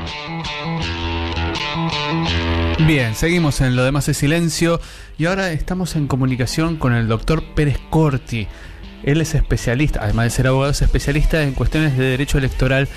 Bien, seguimos en Lo demás es silencio y ahora estamos en comunicación con el doctor Pérez Corti. Él es especialista, además de ser abogado, es especialista en cuestiones de derecho electoral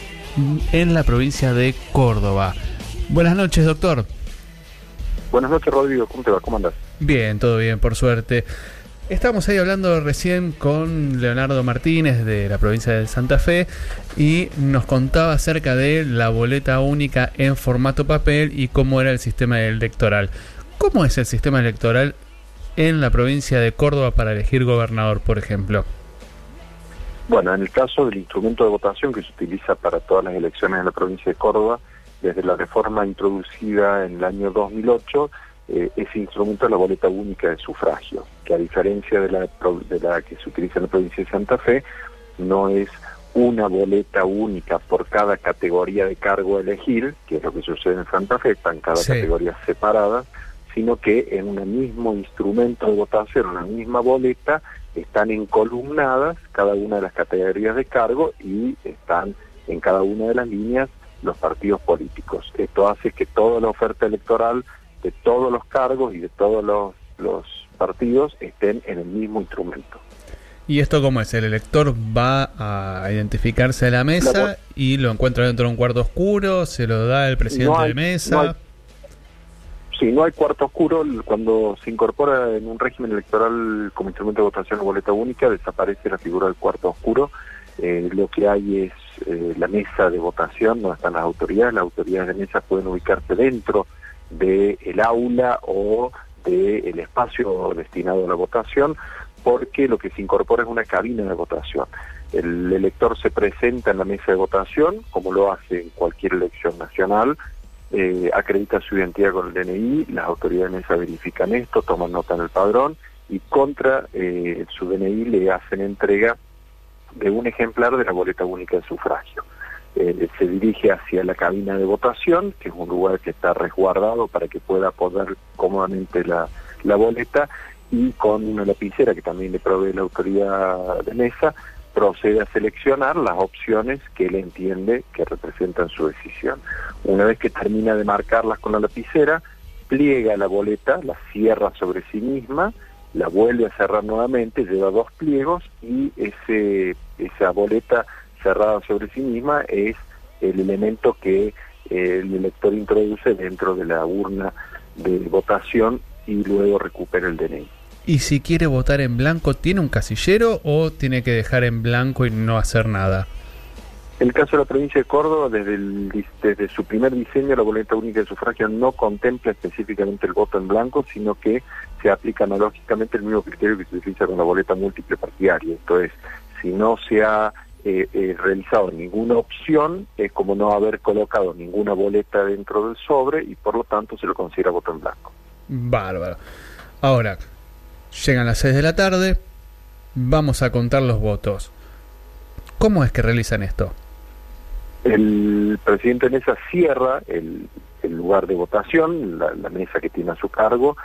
en la provincia de Córdoba. Buenas noches, doctor. Buenas noches, Rodrigo. ¿Cómo te va? ¿Cómo andas? Bien, todo bien, por suerte. Estábamos ahí hablando recién con Leonardo Martínez de la provincia de Santa Fe y nos contaba acerca de la boleta única en formato papel y cómo era el sistema electoral. ¿Cómo es el sistema electoral en la provincia de Córdoba para elegir gobernador, por ejemplo? Bueno, en el caso del instrumento de votación que se utiliza para todas las elecciones en la provincia de Córdoba, desde la reforma introducida en el año 2008, ese instrumento es la boleta única de sufragio, que a diferencia de la que se utiliza en la provincia de Santa Fe, no es una boleta única por cada categoría de cargo a elegir, que es lo que sucede en Santa Fe, están cada categoría separada, sino que en un mismo instrumento de votación, una misma boleta, están encolumnadas cada una de las categorías de cargo y están en cada una de las líneas los partidos políticos. Esto hace que toda la oferta electoral de todos los cargos y de todos los partidos estén en el mismo instrumento. ¿Y esto cómo es? ¿El elector va a identificarse a la mesa y lo encuentra dentro de un cuarto oscuro? ¿Se lo da el presidente de mesa? No hay cuarto oscuro. Cuando se incorpora en un régimen electoral como instrumento de votación o boleta única, desaparece la figura del cuarto oscuro. Lo que hay es la mesa de votación, donde están las autoridades de mesa pueden ubicarse dentro del aula o del espacio destinado a la votación, porque lo que se incorpora es una cabina de votación. El elector se presenta en la mesa de votación, como lo hace en cualquier elección nacional, acredita su identidad con el DNI, las autoridades de mesa verifican esto, toman nota en el padrón y contra su DNI le hacen entrega de un ejemplar de la boleta única de sufragio. Se dirige hacia la cabina de votación, que es un lugar que está resguardado para que pueda apoyar cómodamente la boleta, y con una lapicera que también le provee la autoridad de mesa, procede a seleccionar las opciones que él entiende que representan su decisión. Una vez que termina de marcarlas con la lapicera, pliega la boleta, la cierra sobre sí misma, la vuelve a cerrar nuevamente, lleva 2 pliegos y esa boleta cerrada sobre sí misma es el elemento que el elector introduce dentro de la urna de votación y luego recupera el DNI. ¿Y si quiere votar en blanco, tiene un casillero o tiene que dejar en blanco y no hacer nada? En el caso de la provincia de Córdoba, desde su primer diseño, la boleta única de sufragio no contempla específicamente el voto en blanco, sino que se aplica analógicamente el mismo criterio que se utiliza con la boleta múltiple partidaria. Esto es, si no se ha realizado ninguna opción, es como no haber colocado ninguna boleta dentro del sobre y por lo tanto se lo considera voto en blanco. Bárbaro. Ahora, llegan las 6 de la tarde, vamos a contar los votos. ¿Cómo es que realizan esto? El presidente de mesa cierra el lugar de votación, la mesa que tiene a su cargo,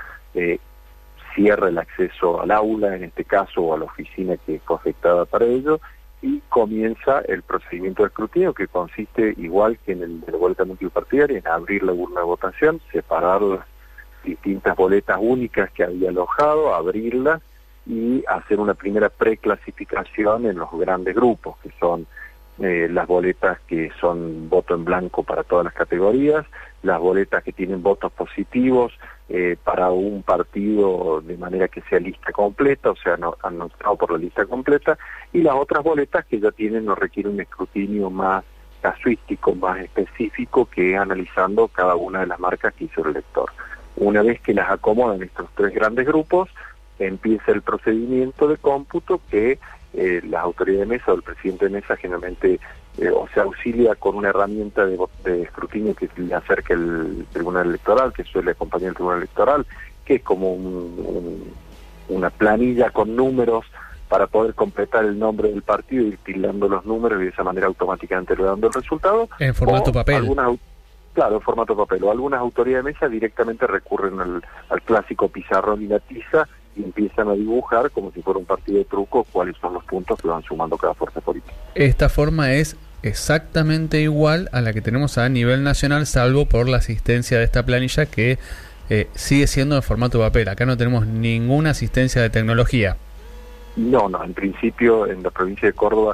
cierra el acceso al aula, en este caso, o a la oficina que es afectada para ello, y comienza el procedimiento de escrutinio, que consiste, igual que en el de la boleta multipartidaria, en abrir la urna de votación, separar las distintas boletas únicas que había alojado, abrirlas y hacer una primera preclasificación en los grandes grupos, que son las boletas que son voto en blanco para todas las categorías, las boletas que tienen votos positivos para un partido de manera que sea lista completa, o sea, anotado por la lista completa, y las otras boletas que ya tienen o requieren un escrutinio más casuístico, más específico, que analizando cada una de las marcas que hizo el elector. Una vez que las acomodan estos 3 grandes grupos, empieza el procedimiento de cómputo que las autoridades de mesa o el presidente de mesa generalmente se auxilia con una herramienta de escrutinio que le acerca el tribunal electoral, que suele acompañar el tribunal electoral, que es como una planilla con números para poder completar el nombre del partido, ir tildando los números y de esa manera automáticamente le dando el resultado. En formato papel. Claro, en formato papel. O algunas autoridades de mesa directamente recurren al clásico pizarrón y la tiza y empiezan a dibujar como si fuera un partido de truco cuáles son los puntos que van sumando cada fuerza política. Esta forma es exactamente igual a la que tenemos a nivel nacional, salvo por la asistencia de esta planilla que sigue siendo en formato papel. Acá no tenemos ninguna asistencia de tecnología. No, en principio en la provincia de Córdoba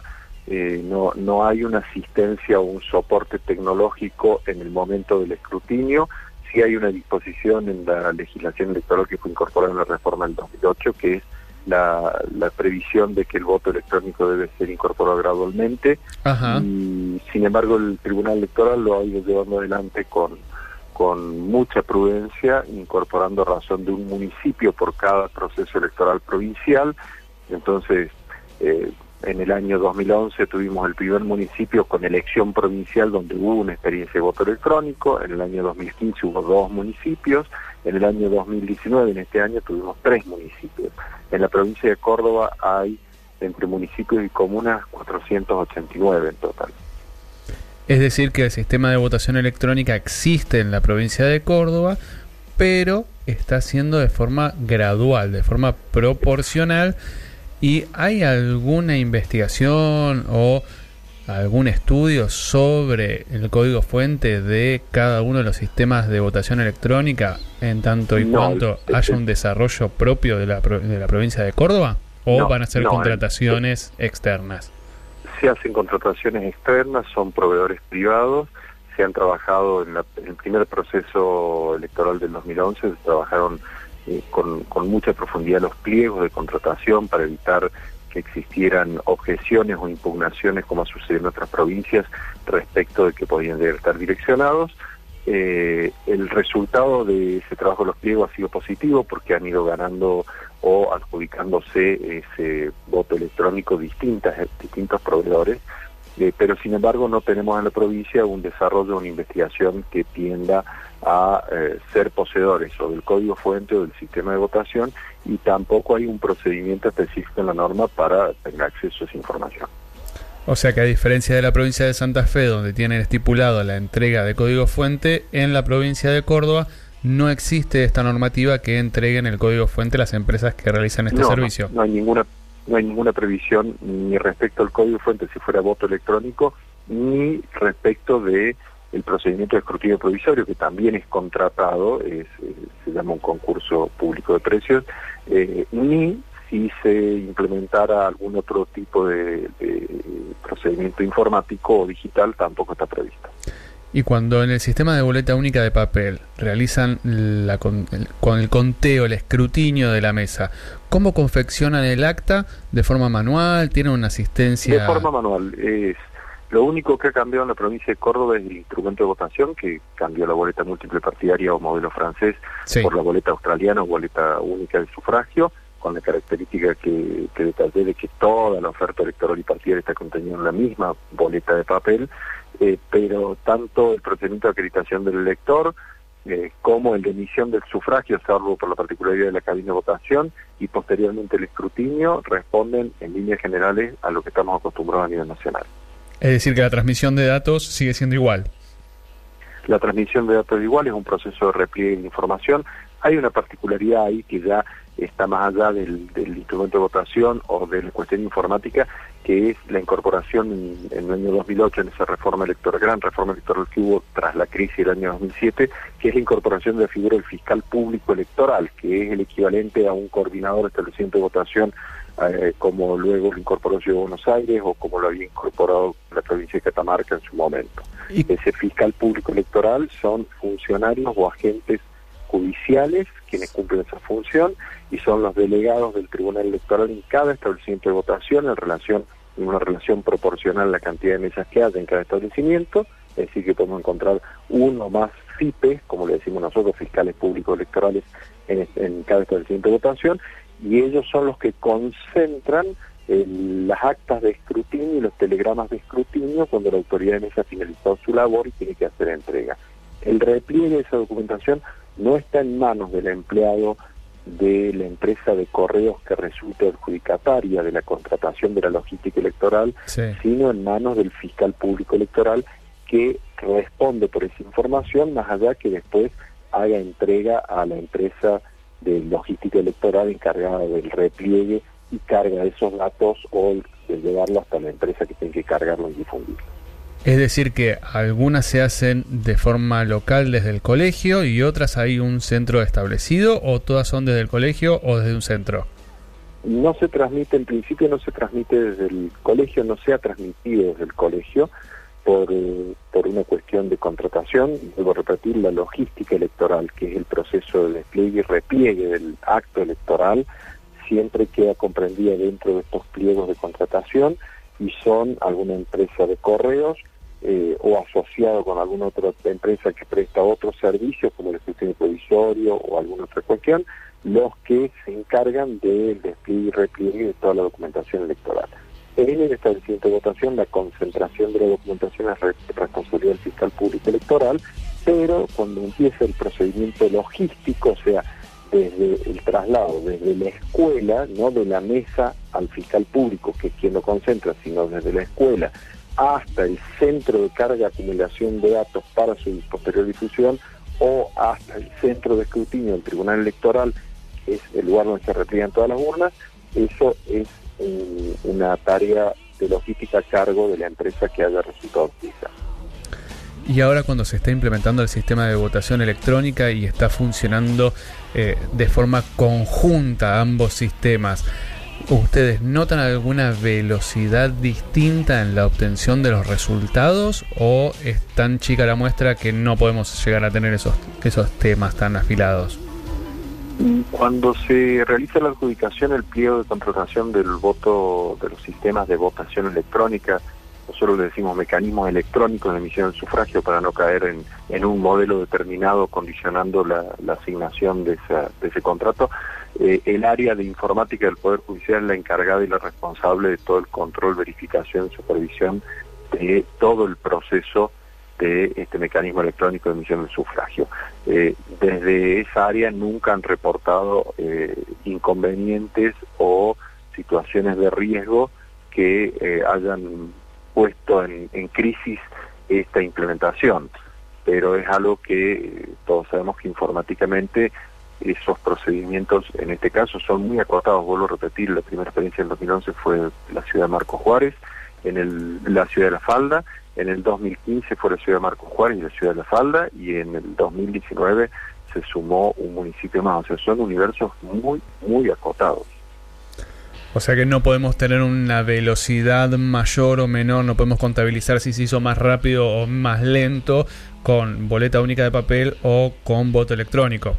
no hay una asistencia o un soporte tecnológico en el momento del escrutinio. Sí hay una disposición en la legislación electoral que fue incorporada en la reforma del 2008, que es la previsión de que el voto electrónico debe ser incorporado gradualmente. Ajá. Y sin embargo el Tribunal Electoral lo ha ido llevando adelante con mucha prudencia, incorporando razón de un municipio por cada proceso electoral provincial. Entonces, en el año 2011 tuvimos el primer municipio con elección provincial donde hubo una experiencia de voto electrónico. En el año 2015 hubo 2 municipios. En el año 2019, en este año, tuvimos 3 municipios. En la provincia de Córdoba hay, entre municipios y comunas, 489 en total. Es decir, que el sistema de votación electrónica existe en la provincia de Córdoba, pero está haciendo de forma gradual, de forma proporcional. ¿Y hay alguna investigación o algún estudio sobre el código fuente de cada uno de los sistemas de votación electrónica en tanto y cuanto haya un desarrollo propio de la provincia de Córdoba? ¿O van a ser contrataciones externas? Se hacen contrataciones externas, son proveedores privados. Se han trabajado en el primer proceso electoral del 2011, se trabajaron con mucha profundidad los pliegos de contratación para evitar que existieran objeciones o impugnaciones como ha sucedido en otras provincias respecto de que podían estar direccionados. El resultado de ese trabajo de los pliegos ha sido positivo porque han ido ganando o adjudicándose ese voto electrónico distintos proveedores, pero sin embargo no tenemos en la provincia un desarrollo, una investigación que tienda a ser poseedores o del código fuente o del sistema de votación, y tampoco hay un procedimiento específico en la norma para tener acceso a esa información. O sea que a diferencia de la provincia de Santa Fe, donde tienen estipulado la entrega de código fuente, en la provincia de Córdoba no existe esta normativa que entreguen el código fuente a las empresas que realizan este servicio. No hay ninguna previsión ni respecto al código fuente si fuera voto electrónico, ni respecto de el procedimiento de escrutinio provisorio, que también es contratado, se llama un concurso público de precios, ni si se implementara algún otro tipo de procedimiento informático o digital, tampoco está previsto. Y cuando en el sistema de boleta única de papel realizan con el conteo, el escrutinio de la mesa, ¿cómo confeccionan el acta? ¿De forma manual? ¿Tienen una asistencia? De forma manual. Lo único que ha cambiado en la provincia de Córdoba es el instrumento de votación, que cambió la boleta múltiple partidaria o modelo francés por la boleta australiana o boleta única de sufragio, con la característica que detallé de que toda la oferta electoral y partidaria está contenida en la misma boleta de papel, pero tanto el procedimiento de acreditación del elector como el de emisión del sufragio, salvo por la particularidad de la cabina de votación, y posteriormente el escrutinio, responden en líneas generales a lo que estamos acostumbrados a nivel nacional. Es decir, que la transmisión de datos sigue siendo igual. La transmisión de datos es igual, es un proceso de repliegue de información. Hay una particularidad ahí que ya está más allá del instrumento de votación o de la cuestión informática, que es la incorporación en el año 2008, en esa reforma electoral, gran reforma electoral que hubo tras la crisis del año 2007, que es la incorporación de la figura del fiscal público electoral, que es el equivalente a un coordinador de establecimiento de votación, como luego lo incorporó Ciudad de Buenos Aires o como lo había incorporado la provincia de Catamarca en su momento. Ese fiscal público electoral son funcionarios o agentes judiciales quienes cumplen esa función, y son los delegados del Tribunal Electoral en cada establecimiento de votación en una relación proporcional a la cantidad de mesas que haya en cada establecimiento. Es decir, que podemos encontrar uno más FIPE, como le decimos nosotros, fiscales públicos electorales en cada establecimiento de votación, y ellos son los que concentran las actas de escrutinio y los telegramas de escrutinio cuando la autoridad de mesa ha finalizado su labor y tiene que hacer entrega. El repliegue de esa documentación no está en manos del empleado de la empresa de correos que resulte adjudicataria de la contratación de la logística electoral, sino en manos del fiscal público electoral, que responde por esa información, más allá que después haga entrega a la empresa de logística electoral encargada del repliegue y carga esos datos, o de llevarlo hasta la empresa que tiene que cargarlo y difundirlo. Es decir, que algunas se hacen de forma local desde el colegio y otras hay un centro establecido, o todas son desde el colegio o desde un centro. No se transmite, en principio no se transmite desde el colegio, no se ha transmitido desde el colegio por una cuestión de contratación. Debo repetir, la logística electoral, que es el proceso de despliegue y repliegue del acto electoral, siempre queda comprendida dentro de estos pliegos de contratación y son alguna empresa de correos o asociado con alguna otra empresa que presta otros servicios como el escrutinio provisorio o alguna otra cuestión, los que se encargan del despliegue y repliegue de toda la documentación electoral. En el establecimiento de votación, la concentración de la documentación es responsabilidad del fiscal público electoral, pero cuando empieza el procedimiento logístico, o sea, desde el traslado, desde la escuela, no de la mesa al fiscal público, que es quien lo concentra, sino desde la escuela hasta el centro de carga y acumulación de datos para su posterior difusión, o hasta el centro de escrutinio del Tribunal Electoral, que es el lugar donde se repliegan todas las urnas. Eso es una tarea de logística a cargo de la empresa que haya resultado optimizada. Y ahora, cuando se está implementando el sistema de votación electrónica y está funcionando de forma conjunta ambos sistemas, ¿ustedes notan alguna velocidad distinta en la obtención de los resultados, o es tan chica la muestra que no podemos llegar a tener esos temas tan afilados? Cuando se realiza la adjudicación, el pliego de contratación del voto de los sistemas de votación electrónica, nosotros le decimos mecanismos electrónicos de emisión del sufragio para no caer en un modelo determinado condicionando la asignación de ese contrato. El área de informática del Poder Judicial es la encargada y la responsable de todo el control, verificación, supervisión de todo el proceso de este mecanismo electrónico de emisión del sufragio. Desde esa área nunca han reportado inconvenientes o situaciones de riesgo que hayan puesto en crisis esta implementación, pero es algo que todos sabemos que informáticamente esos procedimientos en este caso son muy acotados. Vuelvo a repetir, la primera experiencia en 2011 fue la ciudad de Marcos Juárez, la ciudad de La Falda, en el 2015 fue la ciudad de Marcos Juárez y la ciudad de La Falda, y en el 2019 se sumó un municipio más. O sea, son universos muy, muy acotados. O sea que no podemos tener una velocidad mayor o menor, no podemos contabilizar si se hizo más rápido o más lento con boleta única de papel o con voto electrónico.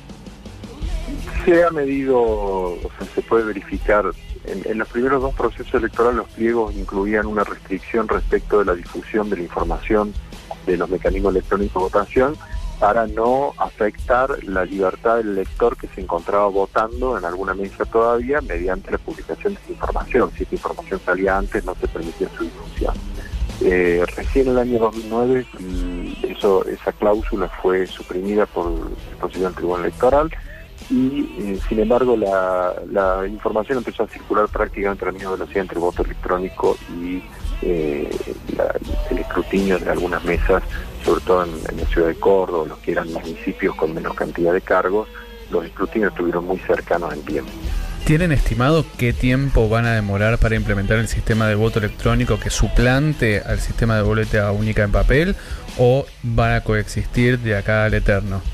Se ha medido, o sea, se puede verificar, en los primeros dos procesos electorales los pliegos incluían una restricción respecto de la difusión de la información de los mecanismos electrónicos de votación para no afectar la libertad del elector que se encontraba votando en alguna mesa todavía mediante la publicación de esa información. Si esta información salía antes, no se permitía su difusión. Recién en el año 2009 esa cláusula fue suprimida por el Consejo del Tribunal Electoral y sin embargo la información empezó a circular prácticamente a la misma velocidad entre el voto electrónico y el escrutinio de algunas mesas, sobre todo en la ciudad de Córdoba, los que eran municipios con menos cantidad de cargos. Los escrutinios estuvieron muy cercanos en tiempo. ¿Tienen estimado qué tiempo van a demorar para implementar el sistema de voto electrónico que suplante al sistema de boleta única en papel, o van a coexistir de acá al eterno?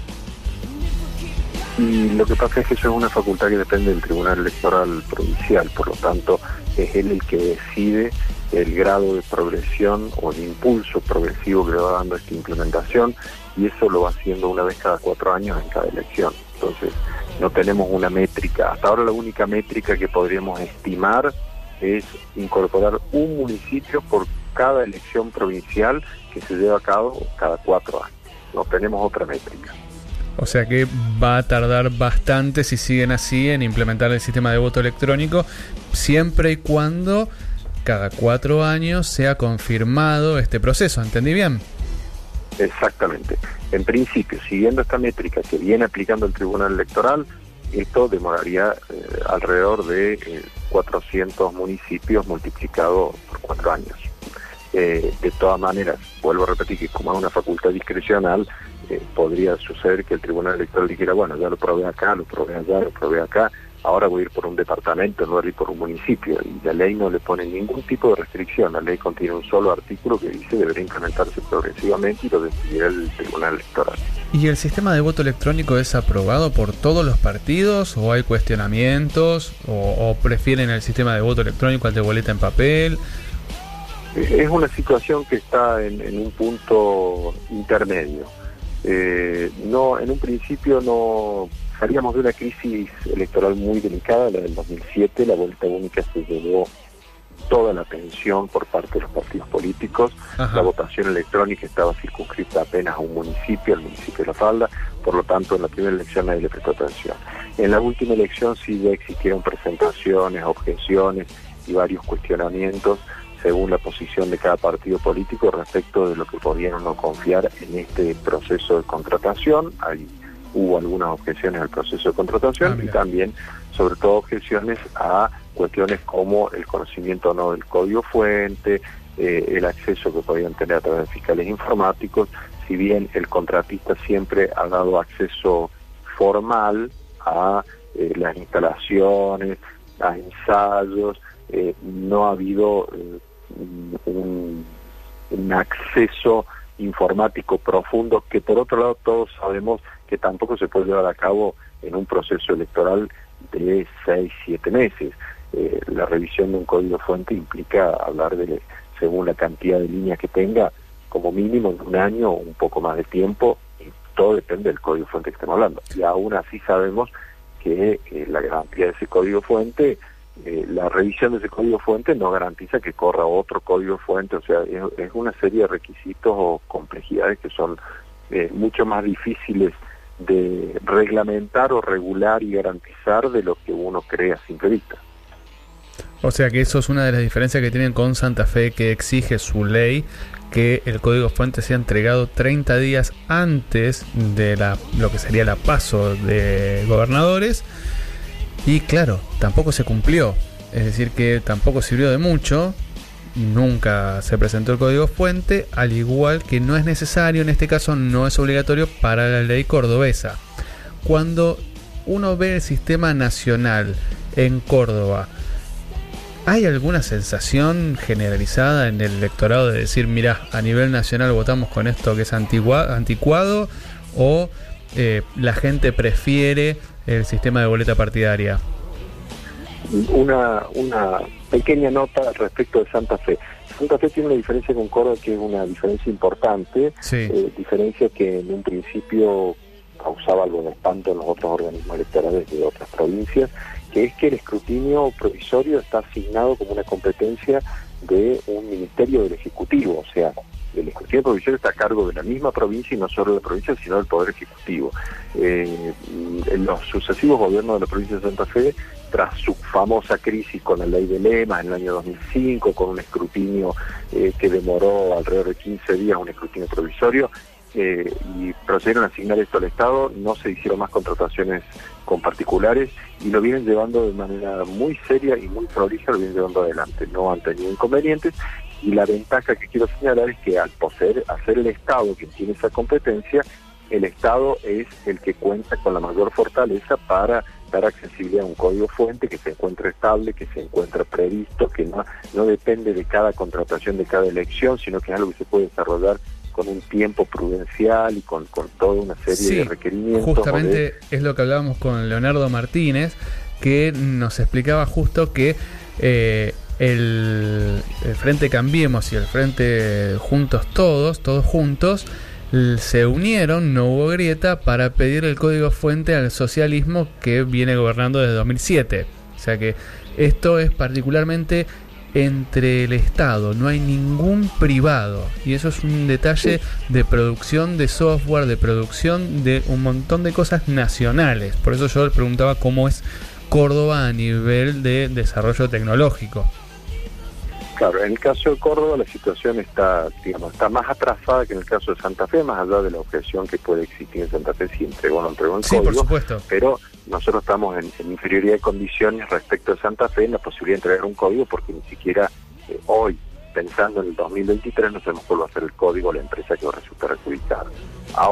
Y lo que pasa es que eso es una facultad que depende del Tribunal Electoral Provincial, por lo tanto es él el que decide el grado de progresión o el impulso progresivo que le va dando esta implementación, y eso lo va haciendo una vez cada 4 años en cada elección. Entonces no tenemos una métrica. Hasta ahora la única métrica que podríamos estimar es incorporar un municipio por cada elección provincial que se lleva a cabo cada 4 años. No tenemos otra métrica. O sea que va a tardar bastante, si siguen así, en implementar el sistema de voto electrónico, siempre y cuando cada 4 años sea confirmado este proceso. ¿Entendí bien? Exactamente. En principio, siguiendo esta métrica que viene aplicando el Tribunal Electoral, esto demoraría alrededor de 400 municipios multiplicado por 4 años. De todas maneras, vuelvo a repetir que como es una facultad discrecional, podría suceder que el Tribunal Electoral dijera, bueno, ya lo probé acá, lo probé allá, lo probé acá, ahora voy a ir por un departamento, no voy a ir por un municipio, y la ley no le pone ningún tipo de restricción. La ley contiene un solo artículo que dice debería implementarse progresivamente y lo decidirá el Tribunal Electoral. ¿Y el sistema de voto electrónico es aprobado por todos los partidos o hay cuestionamientos o prefieren el sistema de voto electrónico al de boleta en papel? Es una situación que está en un punto intermedio. No, en un principio no salíamos de una crisis electoral muy delicada, la del 2007, la boleta única se llevó toda la atención por parte de los partidos políticos. Ajá. La votación electrónica estaba circunscrita apenas a un municipio, al municipio de La Falda, por lo tanto en la primera elección nadie le prestó atención. En la última elección sí ya existieron presentaciones, objeciones y varios cuestionamientos según la posición de cada partido político respecto de lo que podían o no confiar en este proceso de contratación. Hubo algunas objeciones al proceso de contratación y también, sobre todo, objeciones a cuestiones como el conocimiento o no del código fuente, el acceso que podían tener a través de fiscales informáticos. Si bien el contratista siempre ha dado acceso formal a las instalaciones, a ensayos, no ha habido un acceso informático profundo que, por otro lado, todos sabemos que tampoco se puede llevar a cabo en un proceso electoral de 6-7 meses. La revisión de un código fuente implica hablar de, según la cantidad de líneas que tenga, como mínimo en un año o un poco más de tiempo, y todo depende del código fuente que estemos hablando. Y aún así sabemos que la garantía de ese código fuente, la revisión de ese código fuente no garantiza que corra otro código fuente, o sea, es una serie de requisitos o complejidades que son mucho más difíciles de reglamentar o regular y garantizar de lo que uno cree a simple vista. O sea que eso es una de las diferencias que tienen con Santa Fe, que exige su ley que el código fuente sea entregado 30 días antes de lo que sería la PASO de gobernadores. Y claro, tampoco se cumplió, es decir que tampoco sirvió de mucho, nunca se presentó el código fuente, al igual que no es necesario, en este caso no es obligatorio para la ley cordobesa. Cuando uno ve el sistema nacional en Córdoba, ¿hay alguna sensación generalizada en el electorado de decir, mira, a nivel nacional votamos con esto que es anticuado, o la gente prefiere el sistema de boleta partidaria? Una pequeña nota respecto de Santa Fe. Santa Fe tiene una diferencia con Córdoba que es una diferencia importante, sí. Diferencia que en un principio causaba algo de espanto en los otros organismos electorales de otras provincias, que es que el escrutinio provisorio está asignado como una competencia de un ministerio del Ejecutivo, o sea, el escrutinio provisorio está a cargo de la misma provincia y no solo de la provincia, sino del Poder Ejecutivo. En los sucesivos gobiernos de la provincia de Santa Fe, tras su famosa crisis con la ley de lemas en el año 2005, con un escrutinio que demoró alrededor de 15 días, un escrutinio provisorio, y procedieron a asignar esto al Estado, no se hicieron más contrataciones con particulares y lo vienen llevando de manera muy seria y muy prolija, lo vienen llevando adelante, no han tenido inconvenientes. Y la ventaja que quiero señalar es que al ser el Estado quien tiene esa competencia, el Estado es el que cuenta con la mayor fortaleza para dar accesibilidad a un código fuente que se encuentre estable, que se encuentre previsto, que no depende de cada contratación de cada elección, sino que es algo que se puede desarrollar con un tiempo prudencial y con toda una serie de requerimientos. Justamente es lo que hablábamos con Leonardo Martínez, que nos explicaba justo que el Frente Cambiemos y el Frente Juntos todos juntos, se unieron, no hubo grieta, para pedir el código fuente al socialismo que viene gobernando desde 2007. O sea que esto es particularmente entre el Estado, no hay ningún privado, y eso es un detalle de producción de software, de producción de un montón de cosas nacionales. Por eso yo le preguntaba cómo es Córdoba a nivel de desarrollo tecnológico. Claro, en el caso de Córdoba la situación está más atrasada que en el caso de Santa Fe, más allá de la objeción que puede existir en Santa Fe si entregó o no entregó el código. Por supuesto. Pero nosotros estamos en inferioridad de condiciones respecto de Santa Fe en la posibilidad de entregar un código, porque ni siquiera hoy, pensando en el 2023, no sabemos cuál va a ser el código o la empresa que va a resultar adjudicada. Ahora,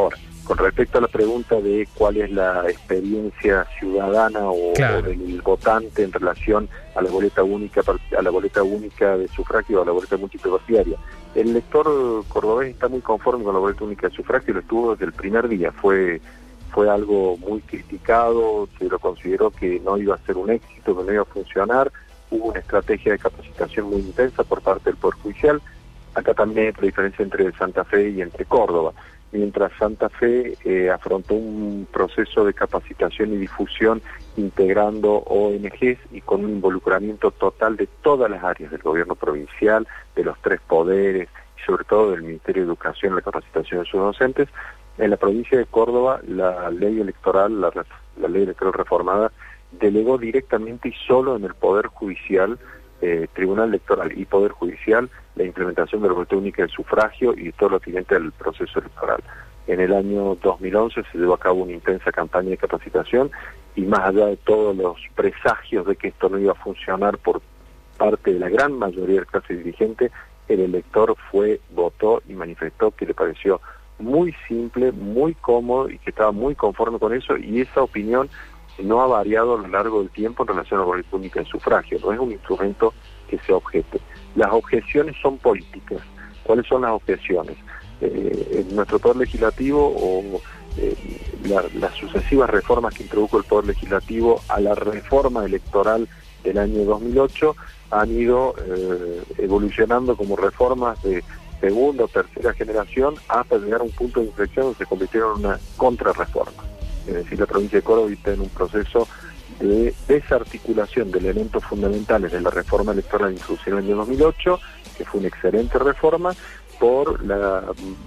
Con respecto a la pregunta de cuál es la experiencia ciudadana o del votante en relación a la boleta única de sufragio o a la boleta múltiple partidaria, el elector cordobés está muy conforme con la boleta única de sufragio, lo estuvo desde el primer día. Fue algo muy criticado, se lo consideró que no iba a ser un éxito, que no iba a funcionar. Hubo una estrategia de capacitación muy intensa por parte del Poder Judicial. Acá también hay otra diferencia entre Santa Fe y entre Córdoba. Mientras Santa Fe afrontó un proceso de capacitación y difusión integrando ONGs y con un involucramiento total de todas las áreas del gobierno provincial, de los tres poderes y sobre todo del Ministerio de Educación y la capacitación de sus docentes, en la provincia de Córdoba la ley electoral, la ley electoral reformada, delegó directamente y solo en el Poder Judicial, Tribunal Electoral y Poder Judicial, la implementación de la boleta única de sufragio y todo lo siguiente al proceso electoral. En el año 2011 se llevó a cabo una intensa campaña de capacitación y más allá de todos los presagios de que esto no iba a funcionar por parte de la gran mayoría de la clase dirigente, el elector votó y manifestó que le pareció muy simple, muy cómodo y que estaba muy conforme con eso, y esa opinión no ha variado a lo largo del tiempo en relación a la boleta única de sufragio. No es un instrumento que se objete. Las objeciones son políticas. ¿Cuáles son las objeciones? En nuestro Poder Legislativo o las sucesivas reformas que introdujo el Poder Legislativo a la reforma electoral del año 2008 han ido evolucionando como reformas de segunda o tercera generación hasta llegar a un punto de inflexión donde se convirtieron en una contrarreforma. Es decir, la provincia de Córdoba está en un proceso de desarticulación de elementos fundamentales de la reforma electoral introducida en el año 2008, que fue una excelente reforma, por la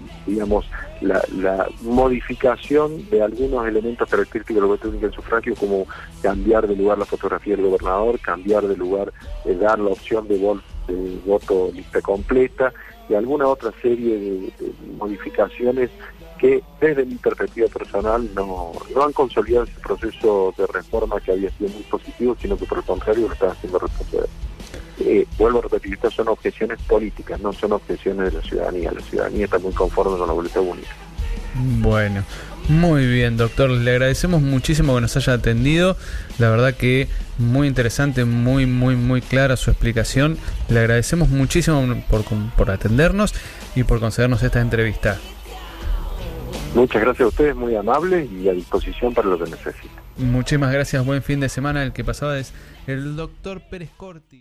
modificación de algunos elementos característicos de la boleta única de sufragio, como cambiar de lugar la fotografía del gobernador, cambiar de lugar, dar la opción de voto lista completa y alguna otra serie de modificaciones que desde mi perspectiva personal no han consolidado ese proceso de reforma que había sido muy positivo, sino que por el contrario lo están haciendo retroceder. Vuelvo a repetir, estas son objeciones políticas, no son objeciones de la ciudadanía. La ciudadanía está muy conforme con la boleta única. Bueno, muy bien, doctor. Le agradecemos muchísimo que nos haya atendido. La verdad que muy interesante, muy clara su explicación. Le agradecemos muchísimo por atendernos y por concedernos esta entrevista. Muchas gracias a ustedes, muy amables y a disposición para lo que necesiten. Muchísimas gracias, buen fin de semana. El que pasaba es el doctor Pérez Corti.